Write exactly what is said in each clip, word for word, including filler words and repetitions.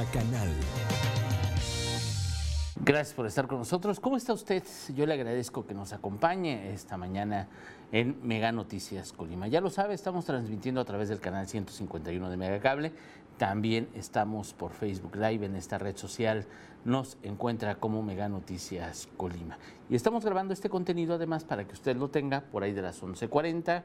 Canal. Gracias por estar con nosotros. ¿Cómo está usted? Yo le agradezco que nos acompañe esta mañana en Mega Noticias Colima. Ya lo sabe, estamos transmitiendo a través del canal ciento cincuenta y uno de Megacable. También estamos por Facebook Live en esta red social. Nos encuentra como Mega Noticias Colima. Y estamos grabando este contenido además para que usted lo tenga por ahí de las once cuarenta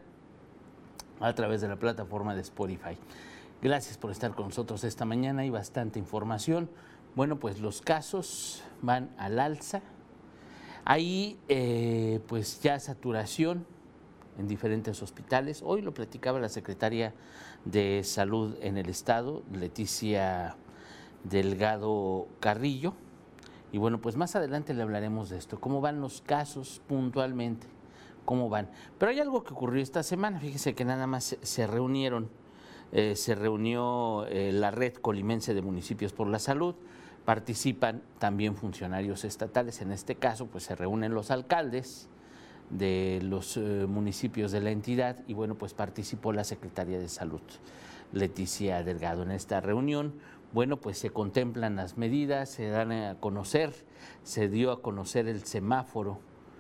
a través de la plataforma de Spotify. Gracias por estar con nosotros esta mañana. Hay bastante información. Bueno, pues los casos van al alza. Hay eh, pues ya saturación en diferentes hospitales. Hoy lo platicaba la secretaria de Salud en el estado, Leticia Delgado Carrillo. Y bueno, pues más adelante le hablaremos de esto, cómo van los casos puntualmente, cómo van. Pero hay algo que ocurrió esta semana. Fíjese que nada más se, se reunieron, eh, se reunió eh, la Red Colimense de Municipios por la Salud. Participan también funcionarios estatales, en este caso pues se reúnen los alcaldes de los eh, municipios de la entidad y bueno, pues participó la secretaria de Salud, Leticia Delgado, en esta reunión. Bueno, pues se contemplan las medidas, se dan a conocer, se dio a conocer el semáforo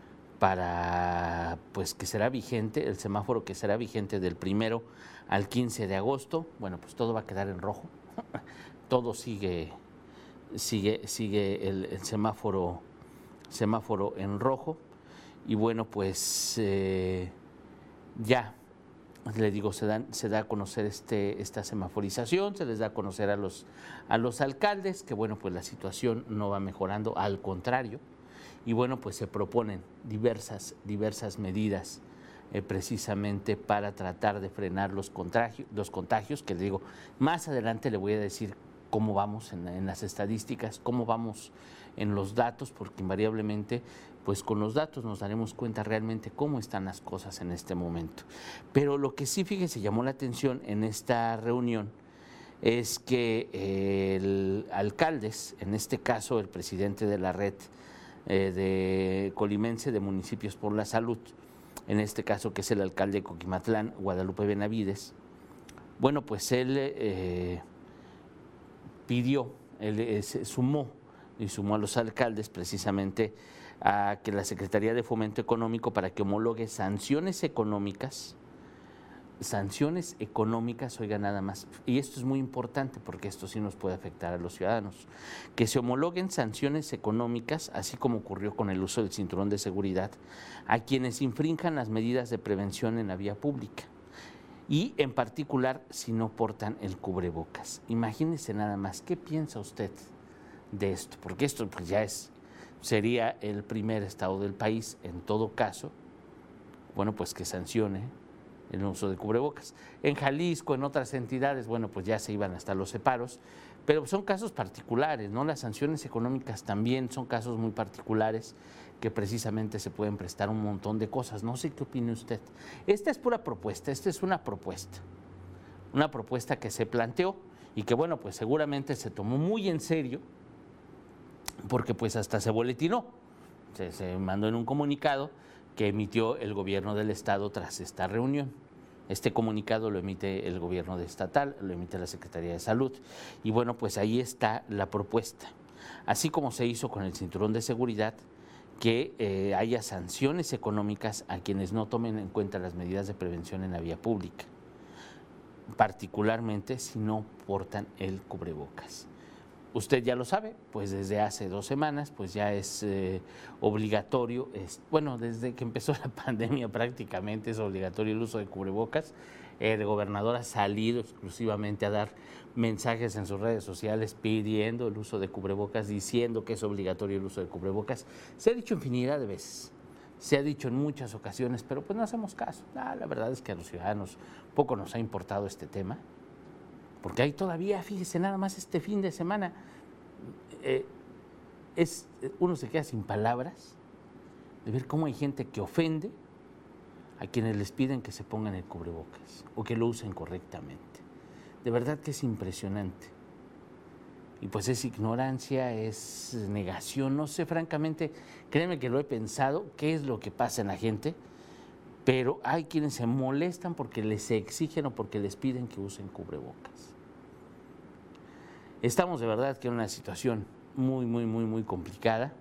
para, pues que será vigente, el semáforo que será vigente del primero al quince de agosto. Bueno, pues todo va a quedar en rojo, todo sigue... sigue, sigue el, el semáforo, semáforo en rojo y bueno, pues eh, ya le digo, se, dan, se da a conocer este, esta semaforización, se les da a conocer a los, a los alcaldes que bueno, pues la situación no va mejorando, al contrario, y bueno, pues se proponen diversas, diversas medidas eh, precisamente para tratar de frenar los contagios, los contagios, que le digo, más adelante le voy a decir cómo vamos en, en las estadísticas, cómo vamos en los datos, porque invariablemente, pues con los datos nos daremos cuenta realmente cómo están las cosas en este momento. Pero lo que sí, fíjese, llamó la atención en esta reunión es que eh, el alcaldes, en este caso el presidente de la red eh, de Colimense de Municipios por la Salud, en este caso que es el alcalde de Coquimatlán, Guadalupe Benavides, bueno, pues él... Eh, pidió, él se sumó y sumó a los alcaldes precisamente a que la Secretaría de Fomento Económico para que homologue sanciones económicas, sanciones económicas, oiga nada más, y esto es muy importante porque esto sí nos puede afectar a los ciudadanos, que se homologuen sanciones económicas, así como ocurrió con el uso del cinturón de seguridad, a quienes infrinjan las medidas de prevención en la vía pública. Y en particular si no portan el cubrebocas. Imagínese nada más, ¿qué piensa usted de esto? Porque esto pues ya es, sería el primer estado del país, en todo caso, bueno, pues que sancione el uso de cubrebocas. En Jalisco, en otras entidades, bueno, pues ya se iban hasta los separos, pero son casos particulares, ¿no? Las sanciones económicas también son casos muy particulares que precisamente se pueden prestar un montón de cosas. No sé qué opine usted. Esta es pura propuesta, esta es una propuesta, una propuesta que se planteó y que, bueno, pues seguramente se tomó muy en serio porque pues hasta se boletinó, se, se mandó en un comunicado que emitió el gobierno del estado tras esta reunión. Este comunicado lo emite el gobierno estatal, lo emite la Secretaría de Salud y bueno, pues ahí está la propuesta. Así como se hizo con el cinturón de seguridad, que eh, haya sanciones económicas a quienes no tomen en cuenta las medidas de prevención en la vía pública, particularmente si no portan el cubrebocas. Usted ya lo sabe, pues desde hace dos semanas pues ya es eh, obligatorio, es, bueno, desde que empezó la pandemia prácticamente es obligatorio el uso de cubrebocas. El gobernador ha salido exclusivamente a dar mensajes en sus redes sociales pidiendo el uso de cubrebocas, diciendo que es obligatorio el uso de cubrebocas. Se ha dicho infinidad de veces, se ha dicho en muchas ocasiones, pero pues no hacemos caso. Ah, la verdad es que a los ciudadanos poco nos ha importado este tema, porque hay todavía, fíjese, nada más este fin de semana, eh, es, uno se queda sin palabras de ver cómo hay gente que ofende a quienes les piden que se pongan el cubrebocas o que lo usen correctamente. De verdad que es impresionante. Y pues es ignorancia, es negación, no sé, francamente, créeme que lo he pensado, qué es lo que pasa en la gente, pero hay quienes se molestan porque les exigen o porque les piden que usen cubrebocas. Estamos de verdad que en una situación muy, muy, muy, muy complicada.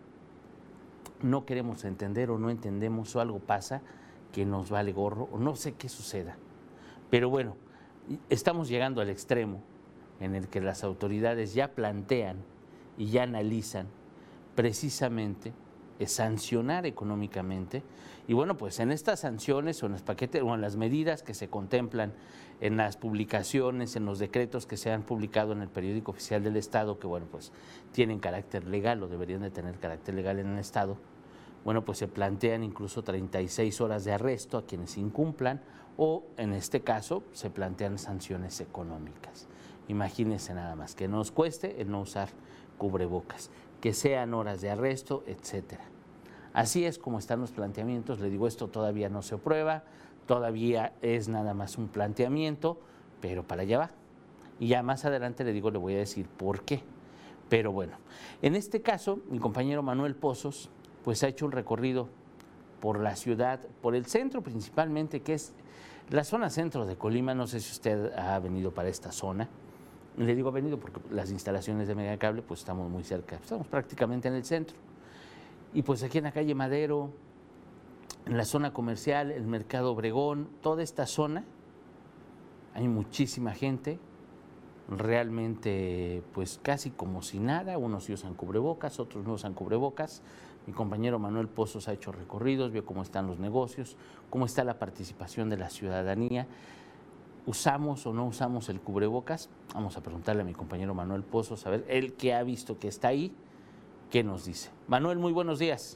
No queremos entender o no entendemos o algo pasa que nos vale gorro o no sé qué suceda. Pero bueno, estamos llegando al extremo en el que las autoridades ya plantean y ya analizan precisamente sancionar económicamente. Y bueno, pues en estas sanciones o en los paquetes o en las medidas que se contemplan en las publicaciones, en los decretos que se han publicado en el periódico oficial del Estado, que bueno, pues tienen carácter legal o deberían de tener carácter legal en el Estado, bueno, pues se plantean incluso treinta y seis horas de arresto a quienes incumplan o en este caso se plantean sanciones económicas. Imagínense nada más, que nos cueste el no usar cubrebocas, que sean horas de arresto, etcétera. Así es como están los planteamientos. Le digo, esto todavía no se aprueba, todavía es nada más un planteamiento, pero para allá va. Y ya más adelante le digo, le voy a decir por qué. Pero bueno, en este caso, mi compañero Manuel Pozos, pues ha hecho un recorrido por la ciudad, por el centro principalmente, que es la zona centro de Colima. No sé si usted ha venido para esta zona. Le digo ha venido porque las instalaciones de Megacable, pues estamos muy cerca, estamos prácticamente en el centro. Y pues aquí en la calle Madero, en la zona comercial, el Mercado Obregón, toda esta zona, hay muchísima gente, realmente pues casi como si nada, unos sí usan cubrebocas, otros no usan cubrebocas. Mi compañero Manuel Pozos ha hecho recorridos, vio cómo están los negocios, cómo está la participación de la ciudadanía. ¿Usamos o no usamos el cubrebocas? Vamos a preguntarle a mi compañero Manuel Pozos, a ver, él que ha visto que está ahí, ¿qué nos dice? Manuel, muy buenos días.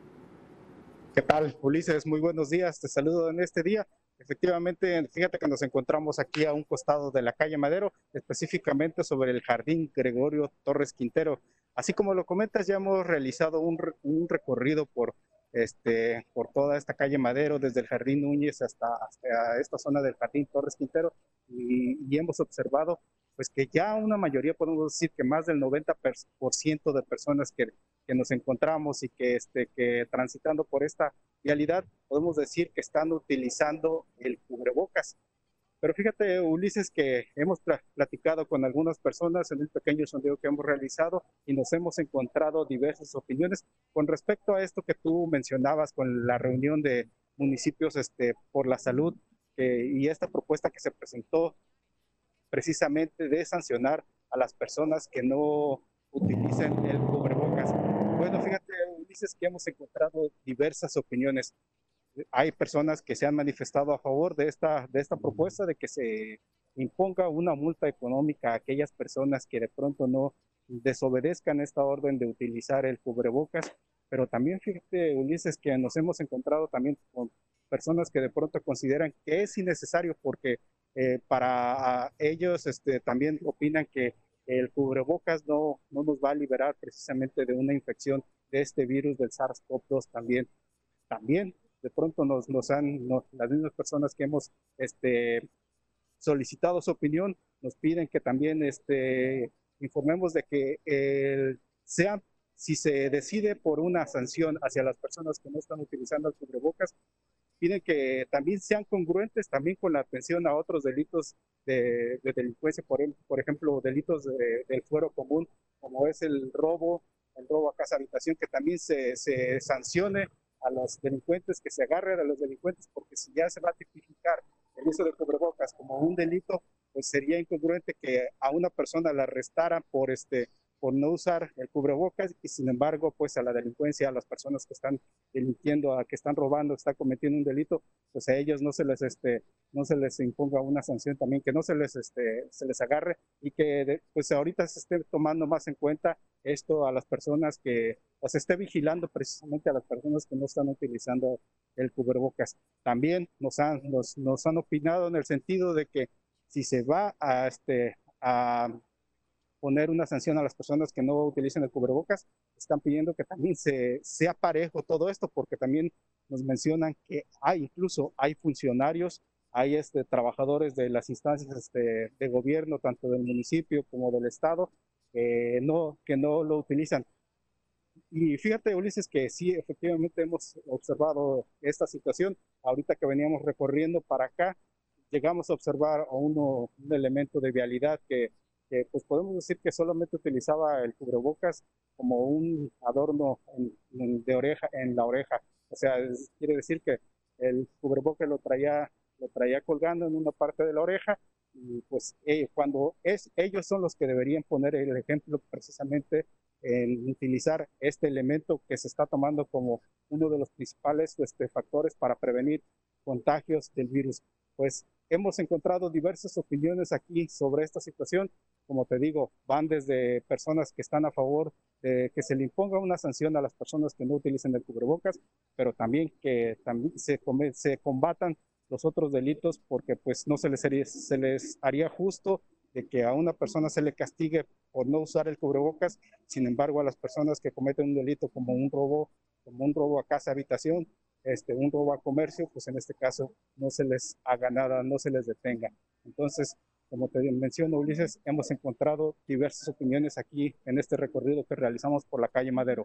¿Qué tal, Ulises? Muy buenos días, te saludo en este día. Efectivamente, fíjate que nos encontramos aquí a un costado de la calle Madero, específicamente sobre el Jardín Gregorio Torres Quintero. Así como lo comentas, ya hemos realizado un, un recorrido por, este, por toda esta calle Madero, desde el Jardín Núñez hasta, hasta esta zona del Jardín Torres Quintero, y, y hemos observado pues que ya una mayoría, podemos decir que más del noventa por ciento de personas que, que nos encontramos y que, este, que transitando por esta vialidad, podemos decir que están utilizando el cubrebocas. Pero fíjate, Ulises, que hemos platicado con algunas personas en un pequeño sondeo que hemos realizado y nos hemos encontrado diversas opiniones con respecto a esto que tú mencionabas con la reunión de municipios este, por la salud eh, y esta propuesta que se presentó precisamente de sancionar a las personas que no utilicen el cubrebocas. Bueno, fíjate, Ulises, que hemos encontrado diversas opiniones. Hay personas que se han manifestado a favor de esta, de esta propuesta de que se imponga una multa económica a aquellas personas que de pronto no desobedezcan esta orden de utilizar el cubrebocas, pero también fíjate, Ulises, que nos hemos encontrado también con personas que de pronto consideran que es innecesario porque eh, para ellos este, también opinan que el cubrebocas no, no nos va a liberar precisamente de una infección de este virus del SARS CoV dos también. También de pronto nos, nos han, nos, las mismas personas que hemos este, solicitado su opinión, nos piden que también este, informemos de que el, sea, si se decide por una sanción hacia las personas que no están utilizando el cubrebocas, piden que también sean congruentes también con la atención a otros delitos de, de delincuencia, por, el, por ejemplo, delitos de, del fuero común, como es el robo, el robo a casa habitación, que también se, se sancione a los delincuentes, que se agarren a los delincuentes, porque si ya se va a tipificar el uso de cubrebocas como un delito, pues sería incongruente que a una persona la arrestaran por este por no usar el cubrebocas y sin embargo pues a la delincuencia, a las personas que están delinquiendo, a que están robando, están cometiendo un delito, pues a ellos no se les este no se les imponga una sanción también, que no se les este se les agarre y que pues ahorita se esté tomando más en cuenta esto a las personas que o se esté vigilando precisamente a las personas que no están utilizando el cubrebocas. También nos han nos, nos han opinado en el sentido de que si se va a este a poner una sanción a las personas que no utilicen el cubrebocas, están pidiendo que también se, sea parejo todo esto, porque también nos mencionan que hay incluso hay funcionarios, hay este, trabajadores de las instancias este, de gobierno, tanto del municipio como del estado, eh, no, que no lo utilizan. Y fíjate, Ulises, que sí, efectivamente hemos observado esta situación. Ahorita que veníamos recorriendo para acá, llegamos a observar a uno, un elemento de vialidad que que pues podemos decir que solamente utilizaba el cubrebocas como un adorno en, en, de oreja, en la oreja. O sea, es, quiere decir que el cubrebocas lo traía, lo traía colgando en una parte de la oreja y pues eh, cuando es, ellos son los que deberían poner el ejemplo precisamente en utilizar este elemento que se está tomando como uno de los principales este, factores para prevenir contagios del virus. Pues hemos encontrado diversas opiniones aquí sobre esta situación. Como te digo, van desde personas que están a favor de que se le imponga una sanción a las personas que no utilicen el cubrebocas, pero también que también se, se combatan los otros delitos porque pues no se les, haría, se les haría justo de que a una persona se le castigue por no usar el cubrebocas, sin embargo a las personas que cometen un delito como un robo, como un robo a casa, habitación, este, un robo a comercio, pues en este caso no se les haga nada, no se les detenga. Entonces, como te menciono, Ulises, hemos encontrado diversas opiniones aquí en este recorrido que realizamos por la calle Madero.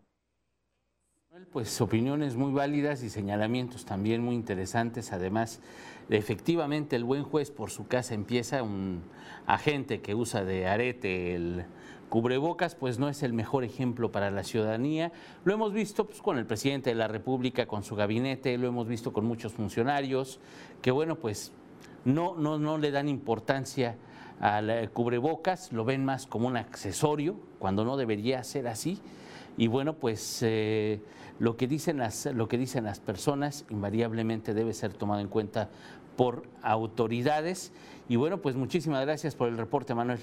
Pues opiniones muy válidas y señalamientos también muy interesantes. Además, efectivamente el buen juez por su casa empieza, un agente que usa de arete el cubrebocas, pues no es el mejor ejemplo para la ciudadanía. Lo hemos visto pues, con el presidente de la República, con su gabinete, lo hemos visto con muchos funcionarios, que bueno, pues no, no, no le dan importancia al cubrebocas, lo ven más como un accesorio, cuando no debería ser así. Y bueno, pues eh, lo, que dicen las, lo que dicen las personas invariablemente debe ser tomado en cuenta por autoridades. Y bueno, pues muchísimas gracias por el reporte, Manuel.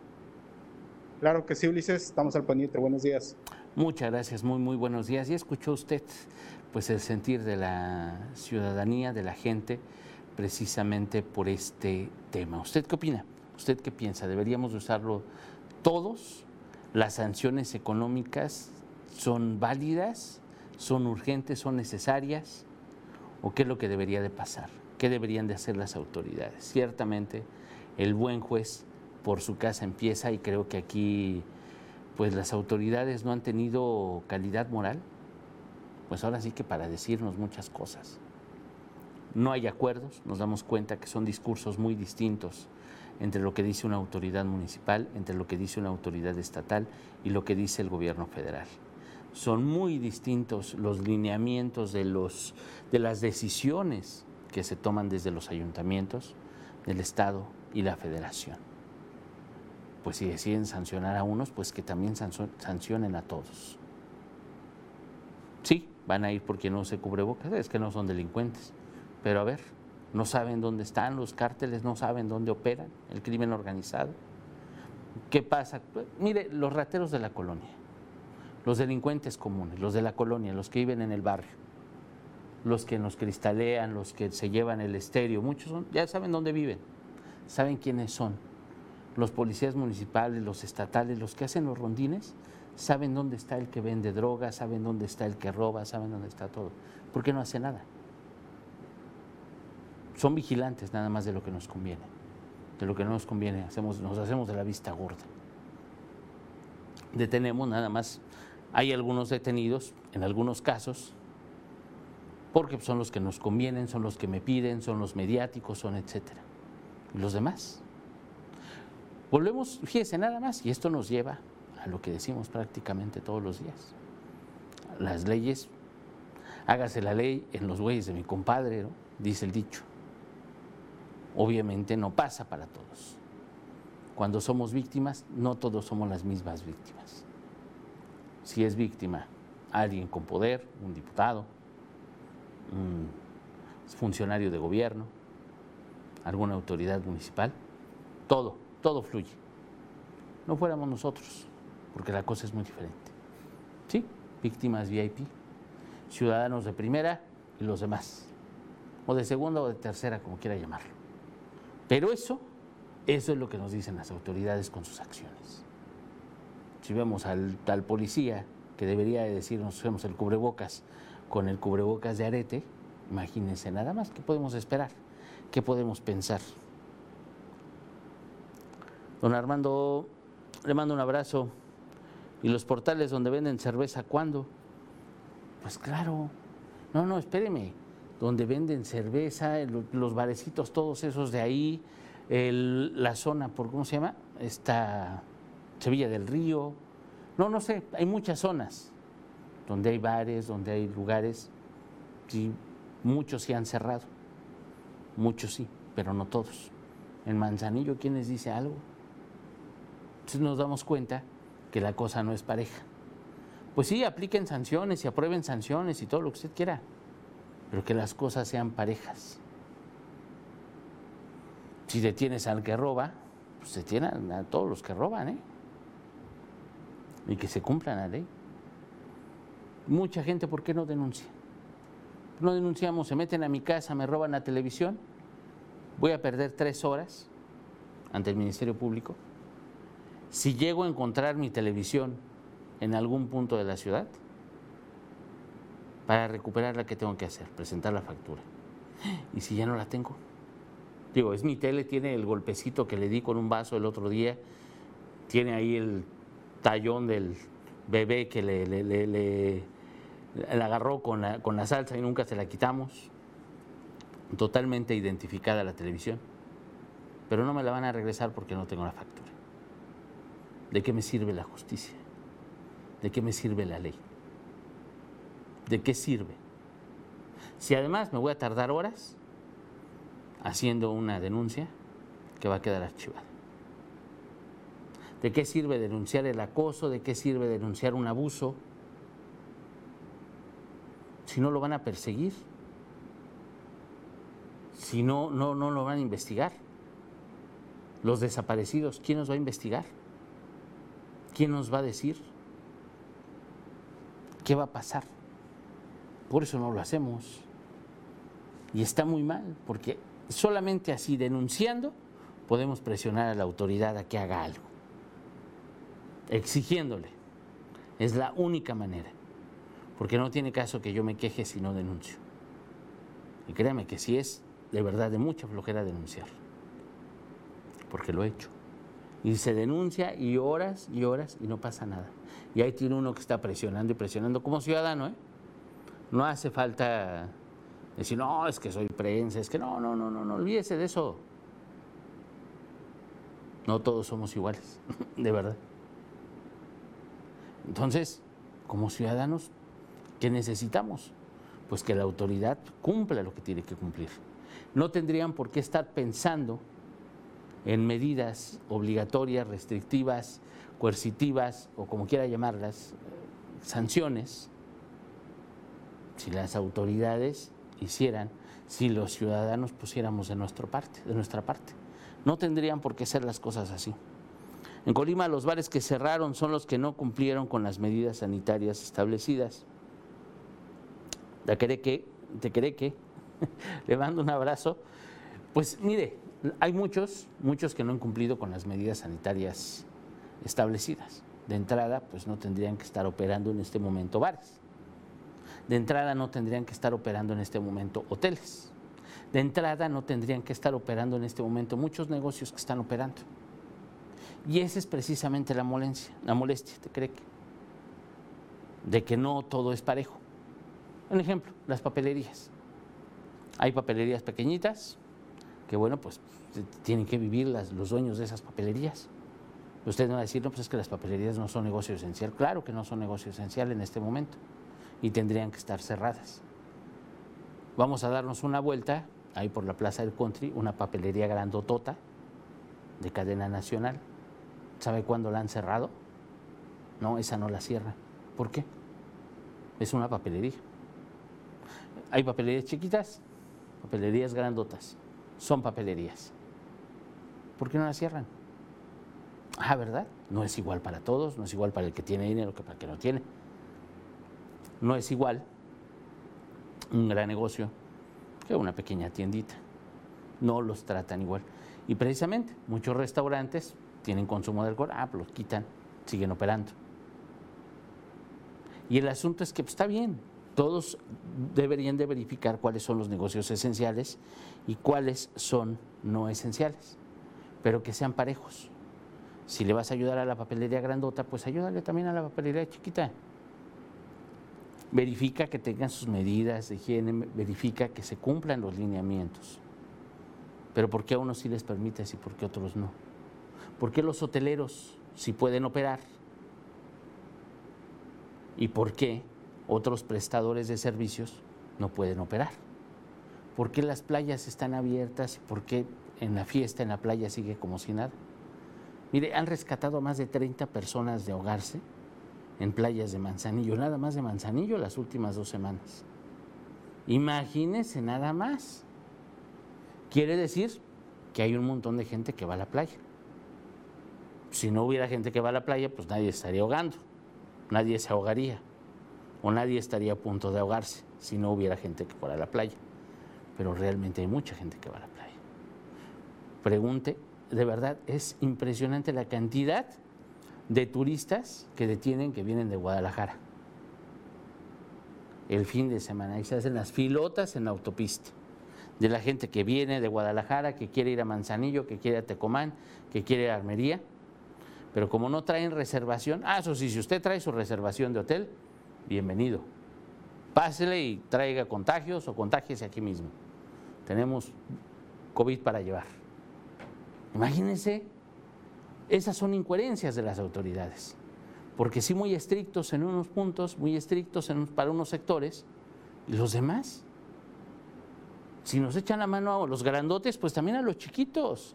Claro que sí, Ulises, estamos al pendiente. Buenos días. Muchas gracias, muy, muy buenos días. Y escuchó usted pues el sentir de la ciudadanía, de la gente, precisamente por este tema. ¿Usted qué opina? ¿Usted qué piensa? ¿Deberíamos usarlo todos? ¿Las sanciones económicas son válidas, son urgentes, son necesarias? ¿O qué es lo que debería de pasar? ¿Qué deberían de hacer las autoridades? Ciertamente el buen juez por su casa empieza y creo que aquí pues las autoridades no han tenido calidad moral, pues ahora sí que para decirnos muchas cosas. No hay acuerdos, nos damos cuenta que son discursos muy distintos entre lo que dice una autoridad municipal, entre lo que dice una autoridad estatal y lo que dice el gobierno federal. Son muy distintos los lineamientos de, los, de las decisiones que se toman desde los ayuntamientos, del Estado y la Federación. Pues si deciden sancionar a unos, pues que también sancionen a todos. Sí, van a ir por quien no se cubrebocas, es que no son delincuentes, pero a ver, no saben dónde están los cárteles, no saben dónde operan el crimen organizado. ¿Qué pasa? Pues, mire, los rateros de la colonia, los delincuentes comunes, los de la colonia, los que viven en el barrio, los que nos cristalean, los que se llevan el estéreo, muchos son, ya saben dónde viven, saben quiénes son. Los policías municipales, los estatales, los que hacen los rondines, saben dónde está el que vende drogas, saben dónde está el que roba, saben dónde está todo. ¿Por qué no hace nada? Son vigilantes nada más de lo que nos conviene. De lo que no nos conviene, hacemos, nos hacemos de la vista gorda. Detenemos nada más, hay algunos detenidos, en algunos casos, porque son los que nos convienen, son los que me piden, son los mediáticos, son etcétera. ¿Y los demás? Volvemos, fíjese, nada más, y esto nos lleva a lo que decimos prácticamente todos los días. Las leyes, hágase la ley en los bueyes de mi compadre, ¿no? Dice el dicho. Obviamente no pasa para todos. Cuando somos víctimas, no todos somos las mismas víctimas. Si es víctima alguien con poder, un diputado, un funcionario de gobierno, alguna autoridad municipal, todo, todo fluye. No fuéramos nosotros, porque la cosa es muy diferente. ¿Sí? Víctimas V I P, ciudadanos de primera y los demás, o de segunda o de tercera, como quiera llamarlo. Pero eso, eso es lo que nos dicen las autoridades con sus acciones. Si vemos al, al policía que debería de decirnos usemos el cubrebocas con el cubrebocas de arete, imagínense nada más, ¿qué podemos esperar? ¿Qué podemos pensar? Don Armando, le mando un abrazo. ¿Y los portales donde venden cerveza cuándo? Pues claro, no, no, espéreme, donde venden cerveza, los barecitos todos esos de ahí, el, la zona, por ¿cómo se llama? Está Sevilla del Río. No, no sé, hay muchas zonas donde hay bares, donde hay lugares, sí, muchos sí han cerrado, muchos sí, pero no todos. En Manzanillo, ¿quién les dice algo? Entonces nos damos cuenta que la cosa no es pareja. Pues sí, apliquen sanciones y aprueben sanciones y todo lo que usted quiera, pero que las cosas sean parejas. Si detienes al que roba, pues detienen a todos los que roban, ¿eh? Y que se cumpla la ley. Mucha gente, ¿por qué no denuncia? No denunciamos, se meten a mi casa, me roban la televisión, voy a perder tres horas ante el Ministerio Público. Si llego a encontrar mi televisión en algún punto de la ciudad, para recuperarla, ¿qué tengo que hacer? Presentar la factura. ¿Y si ya no la tengo? Digo, es mi tele, tiene el golpecito que le di con un vaso el otro día, tiene ahí el tallón del bebé que le, le, le, le, le agarró con la, con la salsa y nunca se la quitamos. Totalmente identificada la televisión. Pero no me la van a regresar porque no tengo la factura. ¿De qué me sirve la justicia? ¿De qué me sirve la ley? ¿De qué sirve? Si además me voy a tardar horas haciendo una denuncia que va a quedar archivada. ¿De qué sirve denunciar el acoso? ¿De qué sirve denunciar un abuso? Si no lo van a perseguir, si no, no, no lo van a investigar. Los desaparecidos, ¿quién nos va a investigar? ¿Quién nos va a decir? ¿Qué va a pasar? Por eso no lo hacemos. Y está muy mal, porque solamente así, denunciando, podemos presionar a la autoridad a que haga algo. Exigiéndole. Es la única manera. Porque no tiene caso que yo me queje si no denuncio. Y créame que sí es de verdad de mucha flojera denunciar. Porque lo he hecho. Y se denuncia y horas y horas y no pasa nada. Y ahí tiene uno que está presionando y presionando como ciudadano, ¿eh? No hace falta decir, no, es que soy prensa, es que no, no, no, no, no, olvídese de eso. No todos somos iguales, de verdad. Entonces, como ciudadanos, ¿qué necesitamos? Pues que la autoridad cumpla lo que tiene que cumplir. No tendrían por qué estar pensando en medidas obligatorias, restrictivas, coercitivas o como quiera llamarlas, sanciones, si las autoridades hicieran, si los ciudadanos pusiéramos de, nuestro parte, de nuestra parte. No tendrían por qué ser las cosas así. En Colima, los bares que cerraron son los que no cumplieron con las medidas sanitarias establecidas. ¿Te cree que? ¿Te cree que? Le mando un abrazo. Pues mire, hay muchos, muchos que no han cumplido con las medidas sanitarias establecidas. De entrada, pues no tendrían que estar operando en este momento bares. De entrada, no tendrían que estar operando en este momento hoteles. De entrada, no tendrían que estar operando en este momento muchos negocios que están operando. Y esa es precisamente la molestia, la molestia, ¿te cree que? De que no todo es parejo. Un ejemplo, las papelerías. Hay papelerías pequeñitas que, bueno, pues tienen que vivir las, los dueños de esas papelerías. Usted no va a decir, no, pues es que las papelerías no son negocio esencial. Claro que no son negocio esencial en este momento y tendrían que estar cerradas. Vamos a darnos una vuelta ahí por la Plaza del Country, una papelería grandotota de cadena nacional. ¿Sabe cuándo la han cerrado? No, esa no la cierran. ¿Por qué? Es una papelería. Hay papelerías chiquitas, papelerías grandotas. Son papelerías. ¿Por qué no la cierran? Ah, ¿verdad? No es igual para todos, no es igual para el que tiene dinero que para el que no tiene. No es igual un gran negocio que una pequeña tiendita. No los tratan igual. Y precisamente muchos restaurantes tienen consumo de alcohol, ah, pues los quitan, siguen operando. Y el asunto es que pues, está bien, todos deberían de verificar cuáles son los negocios esenciales y cuáles son no esenciales, pero que sean parejos. Si le vas a ayudar a la papelería grandota, pues ayúdale también a la papelería chiquita. Verifica que tengan sus medidas de higiene, verifica que se cumplan los lineamientos. Pero ¿por qué a unos sí les permites y por qué a otros no? ¿Por qué los hoteleros sí pueden operar? ¿Y por qué otros prestadores de servicios no pueden operar? ¿Por qué las playas están abiertas y por qué en la fiesta en la playa sigue como si nada? Mire, han rescatado a más de treinta personas de ahogarse en playas de Manzanillo, nada más de Manzanillo las últimas dos semanas. Imagínense nada más. Quiere decir que hay un montón de gente que va a la playa. Si no hubiera gente que va a la playa, pues nadie estaría ahogando, nadie se ahogaría o nadie estaría a punto de ahogarse si no hubiera gente que fuera a la playa. Pero realmente hay mucha gente que va a la playa. Pregunte, de verdad, es impresionante la cantidad de turistas que detienen que vienen de Guadalajara el fin de semana y se hacen las filotas en la autopista de la gente que viene de Guadalajara, que quiere ir a Manzanillo, que quiere ir a Tecomán, que quiere ir a Armería, pero como no traen reservación, ah, eso sí, si usted trae su reservación de hotel, bienvenido, pásele y traiga contagios o contágiese aquí mismo, tenemos COVID para llevar. Imagínense, esas son incoherencias de las autoridades, porque sí muy estrictos en unos puntos, muy estrictos en, para unos sectores, y los demás, si nos echan la mano a los grandotes, pues también a los chiquitos.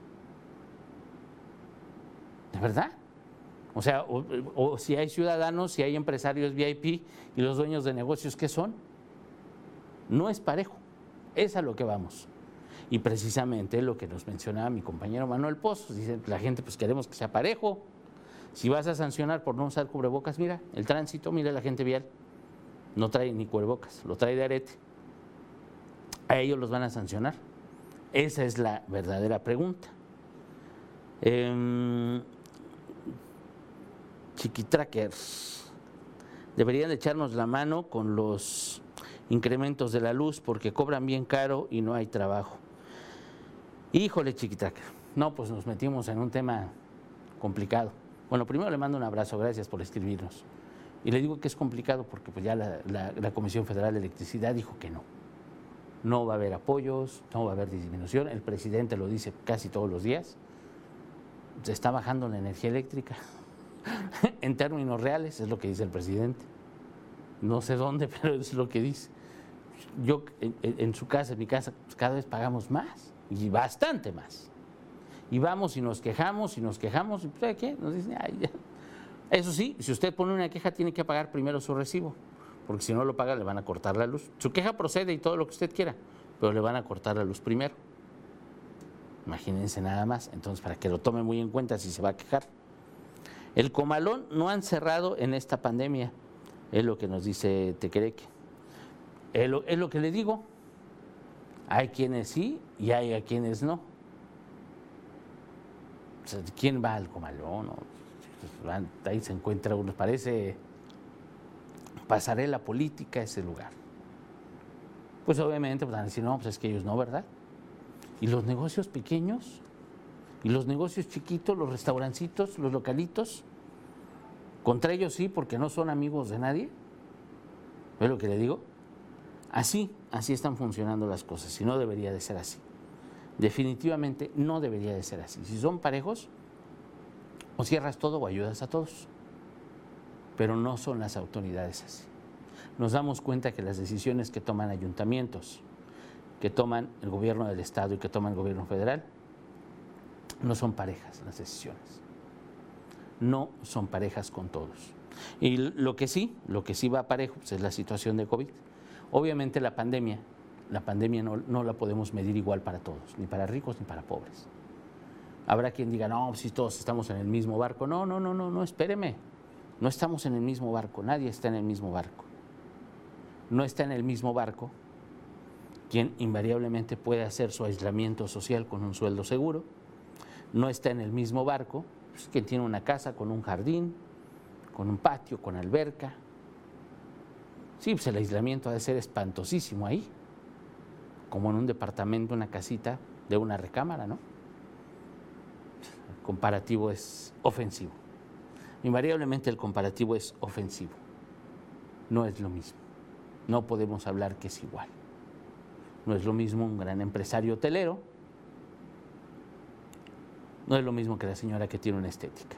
¿De verdad? O sea, o, o si hay ciudadanos, si hay empresarios V I P y los dueños de negocios, ¿qué son? No es parejo, es a lo que vamos. Y precisamente lo que nos mencionaba mi compañero Manuel Pozos, dice, la gente pues queremos que sea parejo. Si vas a sancionar por no usar cubrebocas, mira, el tránsito, mira la gente vial, no trae ni cubrebocas, lo trae de arete. ¿A ellos los van a sancionar? Esa es la verdadera pregunta. Eh, Chiquitrackers, deberían de echarnos la mano con los incrementos de la luz porque cobran bien caro y no hay trabajo. Híjole, Chiquitracker, no, pues nos metimos en un tema complicado. Bueno, primero le mando un abrazo, gracias por escribirnos. Y le digo que es complicado porque pues ya la, la, la Comisión Federal de Electricidad dijo que no. No va a haber apoyos, no va a haber disminución, el presidente lo dice casi todos los días, se está bajando la energía eléctrica, en términos reales es lo que dice el presidente, no sé dónde, pero es lo que dice. Yo en, en su casa, en mi casa, pues cada vez pagamos más, y bastante más, y vamos y nos quejamos, y nos quejamos, y pues, ¿qué? Nos dicen, ay, ya. Eso sí, si usted pone una queja tiene que pagar primero su recibo, porque si no lo paga le van a cortar la luz. Su queja procede y todo lo que usted quiera, pero le van a cortar la luz primero. Imagínense nada más, entonces para que lo tome muy en cuenta si se va a quejar. El comalón no han cerrado en esta pandemia, es lo que nos dice Tequereque. Es lo, es lo que le digo, hay quienes sí y hay a quienes no. O sea, ¿quién va al comalón? Ahí se encuentra uno, parece pasarela política ese lugar. Pues obviamente pues van a decir, no, pues es que ellos no, ¿verdad? Y los negocios pequeños, y los negocios chiquitos, los restaurancitos, los localitos, contra ellos sí, porque no son amigos de nadie. ¿Ves lo que le digo? Así, así están funcionando las cosas, y no debería de ser así. Definitivamente no debería de ser así. Si son parejos, o cierras todo o ayudas a todos. Pero no son las autoridades así. Nos damos cuenta que las decisiones que toman ayuntamientos, que toman el gobierno del estado y que toma el gobierno federal, no son parejas las decisiones. No son parejas con todos. Y lo que sí, lo que sí va parejo pues es la situación de COVID. Obviamente la pandemia, la pandemia no, no la podemos medir igual para todos, ni para ricos ni para pobres. Habrá quien diga, no, si todos estamos en el mismo barco. No, no, no, no, no, espéreme. No estamos en el mismo barco, nadie está en el mismo barco. No está en el mismo barco quien invariablemente puede hacer su aislamiento social con un sueldo seguro. No está en el mismo barco pues, quien tiene una casa con un jardín, con un patio, con alberca. Sí, pues el aislamiento ha de ser espantosísimo ahí, como en un departamento, una casita de una recámara, ¿no? El comparativo es ofensivo. Invariablemente el comparativo es ofensivo. No es lo mismo. No podemos hablar que es igual. No es lo mismo un gran empresario hotelero no es lo mismo que la señora que tiene una estética.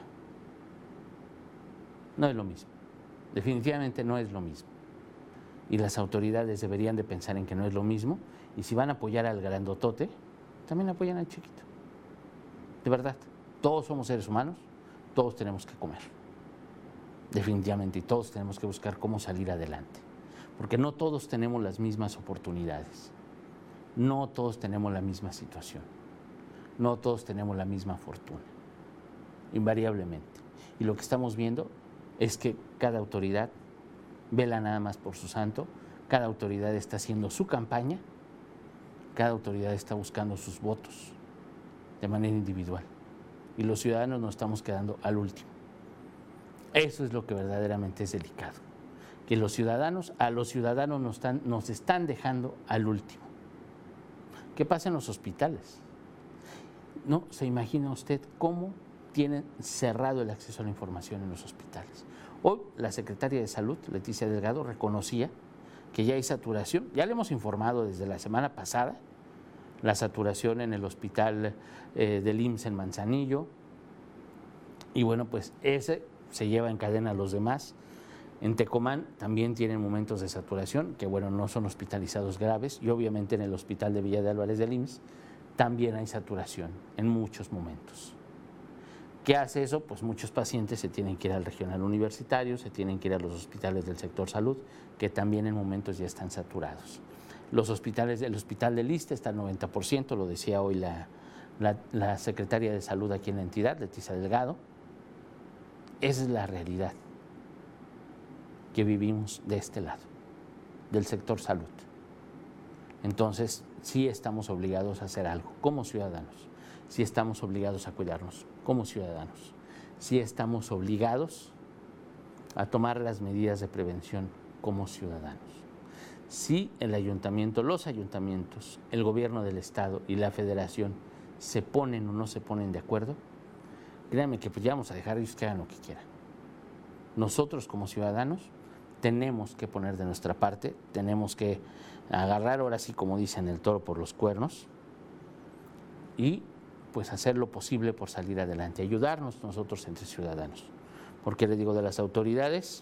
No es lo mismo. Definitivamente no es lo mismo. Y las autoridades deberían de pensar en que no es lo mismo. Y si van a apoyar al grandotote, también apoyan al chiquito. De verdad, todos somos seres humanos, todos tenemos que comer. Definitivamente, y todos tenemos que buscar cómo salir adelante. Porque no todos tenemos las mismas oportunidades. No todos tenemos la misma situación. No todos tenemos la misma fortuna. Invariablemente. Y lo que estamos viendo es que cada autoridad vela nada más por su santo, cada autoridad está haciendo su campaña, cada autoridad está buscando sus votos de manera individual. Y los ciudadanos nos estamos quedando al último. Eso es lo que verdaderamente es delicado. Que los ciudadanos, a los ciudadanos nos están, nos están dejando al último. ¿Qué pasa en los hospitales? No se imagina usted cómo tienen cerrado el acceso a la información en los hospitales. Hoy la secretaria de Salud, Leticia Delgado, reconocía que ya hay saturación. Ya le hemos informado desde la semana pasada la saturación en el hospital eh, del I M S S en Manzanillo. Y bueno, pues ese se lleva en cadena a los demás. En Tecomán también tienen momentos de saturación, que bueno, no son hospitalizados graves. Y obviamente en el hospital de Villa de Álvarez del I M S S también hay saturación en muchos momentos. ¿Qué hace eso? Pues muchos pacientes se tienen que ir al regional universitario, se tienen que ir a los hospitales del sector salud, que también en momentos ya están saturados. Los hospitales, el hospital del ISSSTE está al noventa por ciento, lo decía hoy la, la, la secretaria de Salud aquí en la entidad, Leticia Delgado. Esa es la realidad que vivimos de este lado, del sector salud. Entonces, sí estamos obligados a hacer algo como ciudadanos, sí estamos obligados a cuidarnos como ciudadanos, sí estamos obligados a tomar las medidas de prevención como ciudadanos. Si el ayuntamiento, los ayuntamientos, el gobierno del estado y la federación se ponen o no se ponen de acuerdo, créanme que pues ya vamos a dejar ellos que hagan lo que quieran. Nosotros como ciudadanos tenemos que poner de nuestra parte, tenemos que agarrar ahora sí, como dicen, el toro por los cuernos y pues hacer lo posible por salir adelante, ayudarnos nosotros entre ciudadanos. Porque les digo, de las autoridades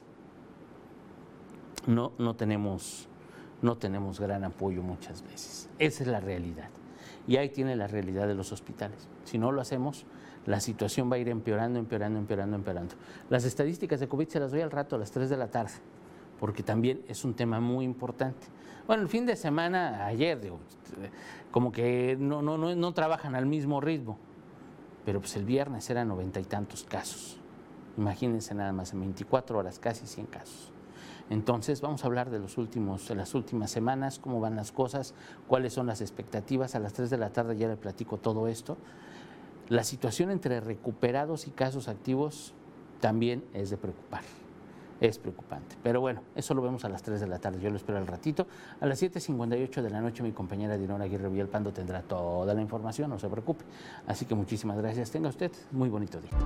no, no, tenemos, no tenemos gran apoyo muchas veces. Esa es la realidad. Y ahí tiene la realidad de los hospitales. Si no lo hacemos, la situación va a ir empeorando, empeorando, empeorando, empeorando. Las estadísticas de COVID se las doy al rato, a las tres de la tarde, porque también es un tema muy importante. Bueno, el fin de semana, ayer, digo, como que no, no, no, no trabajan al mismo ritmo, pero pues el viernes eran noventa y tantos casos. Imagínense nada más, en veinticuatro horas, casi cien casos. Entonces, vamos a hablar de, los últimos, de las últimas semanas, cómo van las cosas, cuáles son las expectativas. A las tres de la tarde ya le platico todo esto. La situación entre recuperados y casos activos también es de preocupar. Es preocupante. Pero bueno, eso lo vemos a las tres de la tarde. Yo lo espero al ratito. A las siete cincuenta y ocho de la noche mi compañera Dinora Aguirre Villalpando tendrá toda la información, no se preocupe. Así que muchísimas gracias. Tenga usted muy bonito día.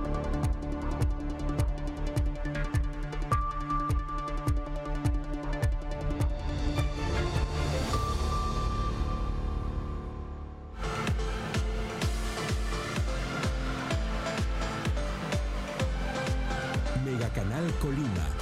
Megacanal Colima.